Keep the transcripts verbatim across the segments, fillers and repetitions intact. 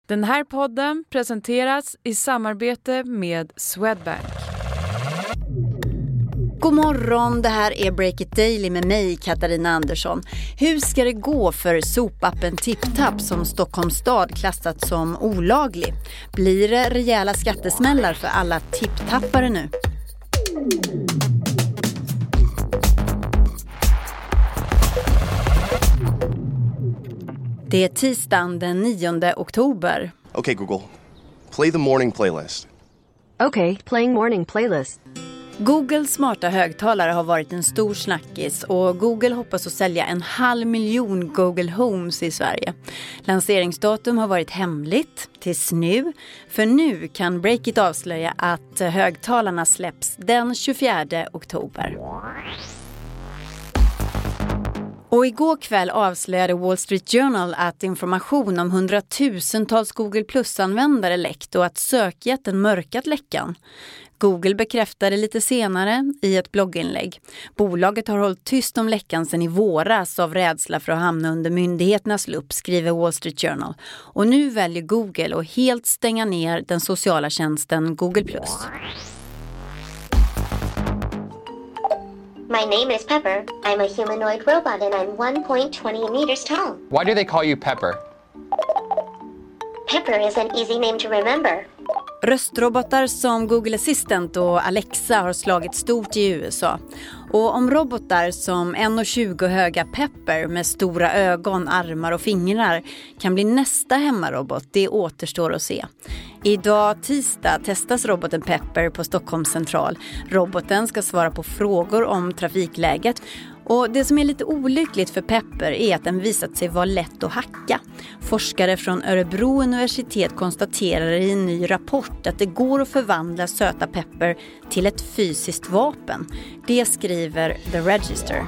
Den här podden presenteras i samarbete med Swedbank. God morgon, det här är Break It Daily med mig, Katarina Andersson. Hur ska det gå för sopappen TipTap som Stockholms stad klassat som olaglig? Blir det rejäla skattesmällar för alla tiptappare nu? Det är tisdagen den nionde oktober. Okay, Google. Play the morning playlist. Okay, playing morning playlist. Googles smarta högtalare har varit en stor snackis och Google hoppas att sälja en halv miljon Google Homes i Sverige. Lanseringsdatum har varit hemligt tills nu, för nu kan Breakit avslöja att högtalarna släpps den tjugofjärde oktober. Och igår kväll avslöjade Wall Street Journal att information om hundratusentals Google Plus-användare läckt och att sökjätten mörkat läckan. Google bekräftade lite senare i ett blogginlägg. Bolaget har hållit tyst om läckan sedan i våras av rädsla för att hamna under myndigheternas lupp, skriver Wall Street Journal. Och nu väljer Google att helt stänga ner den sociala tjänsten Google Plus. My name is Pepper. I'm a humanoid robot and I'm one point two zero meters tall. Why do they call you Pepper? Pepper is an easy name to remember. Röstrobotar som Google Assistant och Alexa har slagit stort i U S A. Och om robotar som en komma tjugo höga Pepper med stora ögon, armar och fingrar kan bli nästa hemmarobot, det återstår att se. Idag tisdag testas roboten Pepper på Stockholms central. Roboten ska svara på frågor om trafikläget. Och det som är lite olyckligt för Pepper är att den visat sig vara lätt att hacka. Forskare från Örebro universitet konstaterar i en ny rapport att det går att förvandla söta Pepper till ett fysiskt vapen. Det skriver The Register.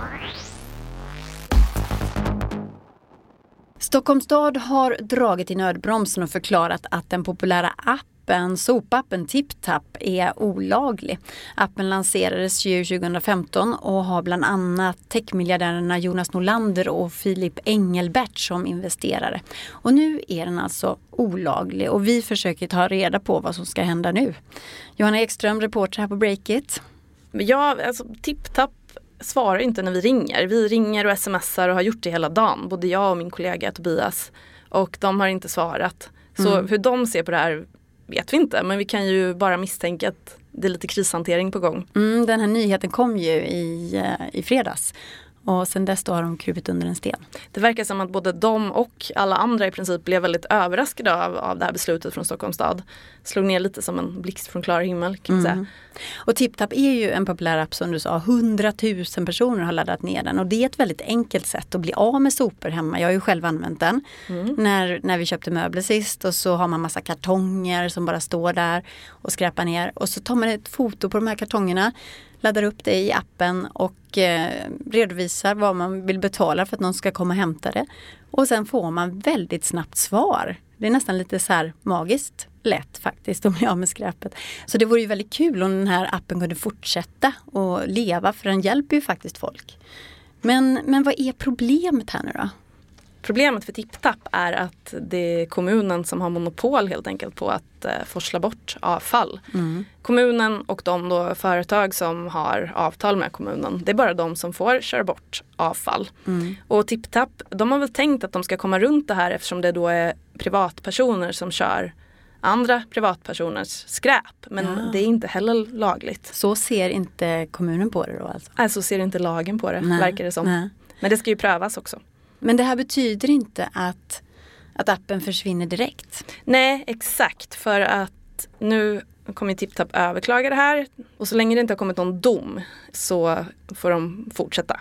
Stockholms stad har dragit i nödbromsen och förklarat att den populära appen, sopappen TipTap är olaglig. Appen lanserades ju tjugohundrafemton och har bland annat techmiljardärerna Jonas Norlander och Filip Engelbert som investerare. Och nu är den alltså olaglig och vi försöker ta reda på vad som ska hända nu. Johanna Ekström, reporter här på Breakit. Ja, alltså TipTap svarar inte när vi ringer. Vi ringer och smsar och har gjort det hela dagen. Både jag och min kollega Tobias. Och de har inte svarat. Så mm. hur de ser på det här vet vi inte. Men vi kan ju bara misstänka att det är lite krishantering på gång. Mm, den här nyheten kom ju i, i fredags. Och sen dess då har de krupit under en sten. Det verkar som att både de och alla andra i princip blev väldigt överraskade av, av det här beslutet från Stockholms stad. Slog ner lite som en blixt från klar himmel kan man mm. säga. Och TipTap är ju en populär app som du sa. hundratusen personer har laddat ner den. Och det är ett väldigt enkelt sätt att bli av med sopor hemma. Jag har ju själv använt den mm. när, när vi köpte möbler sist. Och så har man massa kartonger som bara står där och skräpar ner. Och så tar man ett foto på de här kartongerna. Laddar upp det i appen och eh, redovisar vad man vill betala för att någon ska komma och hämta det. Och sen får man väldigt snabbt svar. Det är nästan lite så här magiskt lätt faktiskt att bli av med skräpet. Så det vore ju väldigt kul om den här appen kunde fortsätta och leva, för den hjälper ju faktiskt folk. Men, men vad är problemet här nu då? Problemet för TipTap är att det är kommunen som har monopol helt enkelt på att eh, forsla bort avfall. Mm. Kommunen och de då företag som har avtal med kommunen, det är bara de som får köra bort avfall. Mm. Och TipTap, de har väl tänkt att de ska komma runt det här eftersom det då är privatpersoner som kör andra privatpersoners skräp. Men ja. det är inte heller lagligt. Så ser inte kommunen på det då alltså? Nej, så ser inte lagen på det, Nej. verkar det som. Nej. Men det ska ju prövas också. Men det här betyder inte att, att appen försvinner direkt? Nej, exakt. För att nu kommer TipTap överklaga det här. Och så länge det inte har kommit någon dom så får de fortsätta.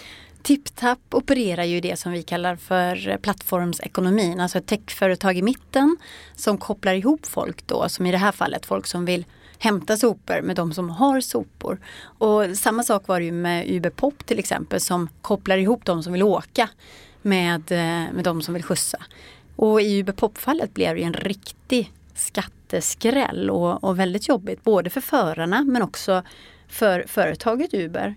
TipTap opererar ju det som vi kallar för plattformsekonomin. Alltså ett techföretag i mitten som kopplar ihop folk då. Som i det här fallet folk som vill hämta sopor med de som har sopor. Och samma sak var det ju med Uber Pop till exempel som kopplar ihop de som vill åka med, med de som vill skjutsa. Och i Uber Pop-fallet blev det en riktig skatteskräll och, och väldigt jobbigt både för förarna men också för företaget Uber.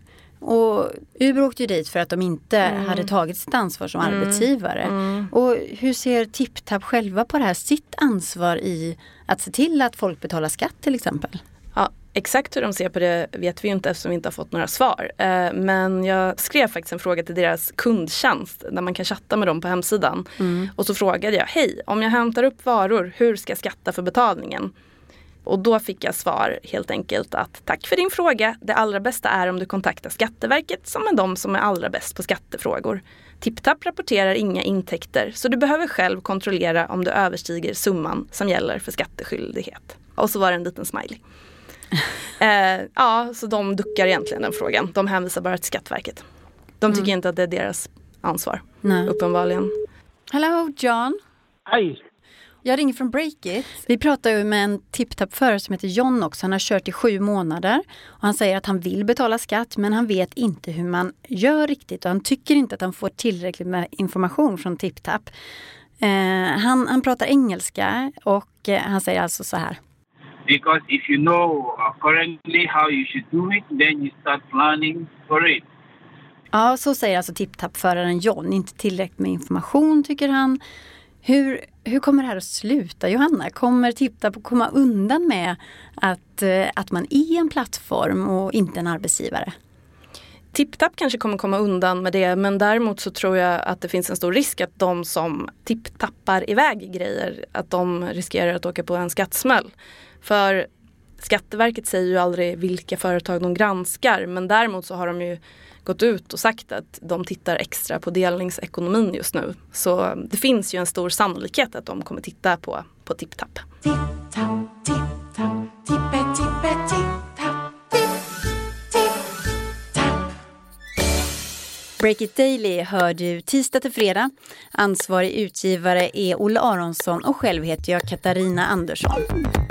Och Uber åkte ju dit för att de inte Mm. hade tagit sitt ansvar som Mm. arbetsgivare. Mm. Och hur ser TipTap själva på det här, sitt ansvar i att se till att folk betalar skatt till exempel? Ja, exakt hur de ser på det vet vi ju inte eftersom vi inte har fått några svar. Eh, men jag skrev faktiskt en fråga till deras kundtjänst där man kan chatta med dem på hemsidan. Mm. Och så frågade jag, hej, om jag hämtar upp varor, hur ska jag skatta för betalningen? Och då fick jag svar helt enkelt att tack för din fråga. Det allra bästa är om du kontaktar Skatteverket som är de som är allra bäst på skattefrågor. TipTap rapporterar inga intäkter så du behöver själv kontrollera om du överstiger summan som gäller för skatteskyldighet. Och så var det en liten smiley. eh, ja, så de duckar egentligen den frågan. De hänvisar bara till Skatteverket. De tycker Mm. inte att det är deras ansvar, Nej. uppenbarligen. Hello John. Hej. Jag ringer från Breakit. Vi pratar ju med en TipTap-förare som heter John också. Han har kört i sju månader. Och han säger att han vill betala skatt men han vet inte hur man gör riktigt. Och han tycker inte att han får tillräckligt med information från TipTap. Eh, han, han pratar engelska och eh, han säger alltså så här. Because if you know uh, currently how you should do it, then you start planning for it. Ja, så säger alltså TipTap-föraren John. Inte tillräckligt med information tycker han. Hur, hur kommer det här att sluta, Johanna? Kommer TipTap att komma undan med att, att man är en plattform och inte en arbetsgivare? TipTap kanske kommer komma undan med det, men däremot så tror jag att det finns en stor risk att de som tipptappar iväg grejer, att de riskerar att åka på en skattsmäll. För Skatteverket säger ju aldrig vilka företag de granskar, men däremot så har de ju gått ut och sagt att de tittar extra på delningsekonomin just nu. Så det finns ju en stor sannolikhet att de kommer titta på, på TipTap. Breakit Daily hör du tisdag till fredag. Ansvarig utgivare är Olle Aronsson och själv heter jag Katarina Andersson.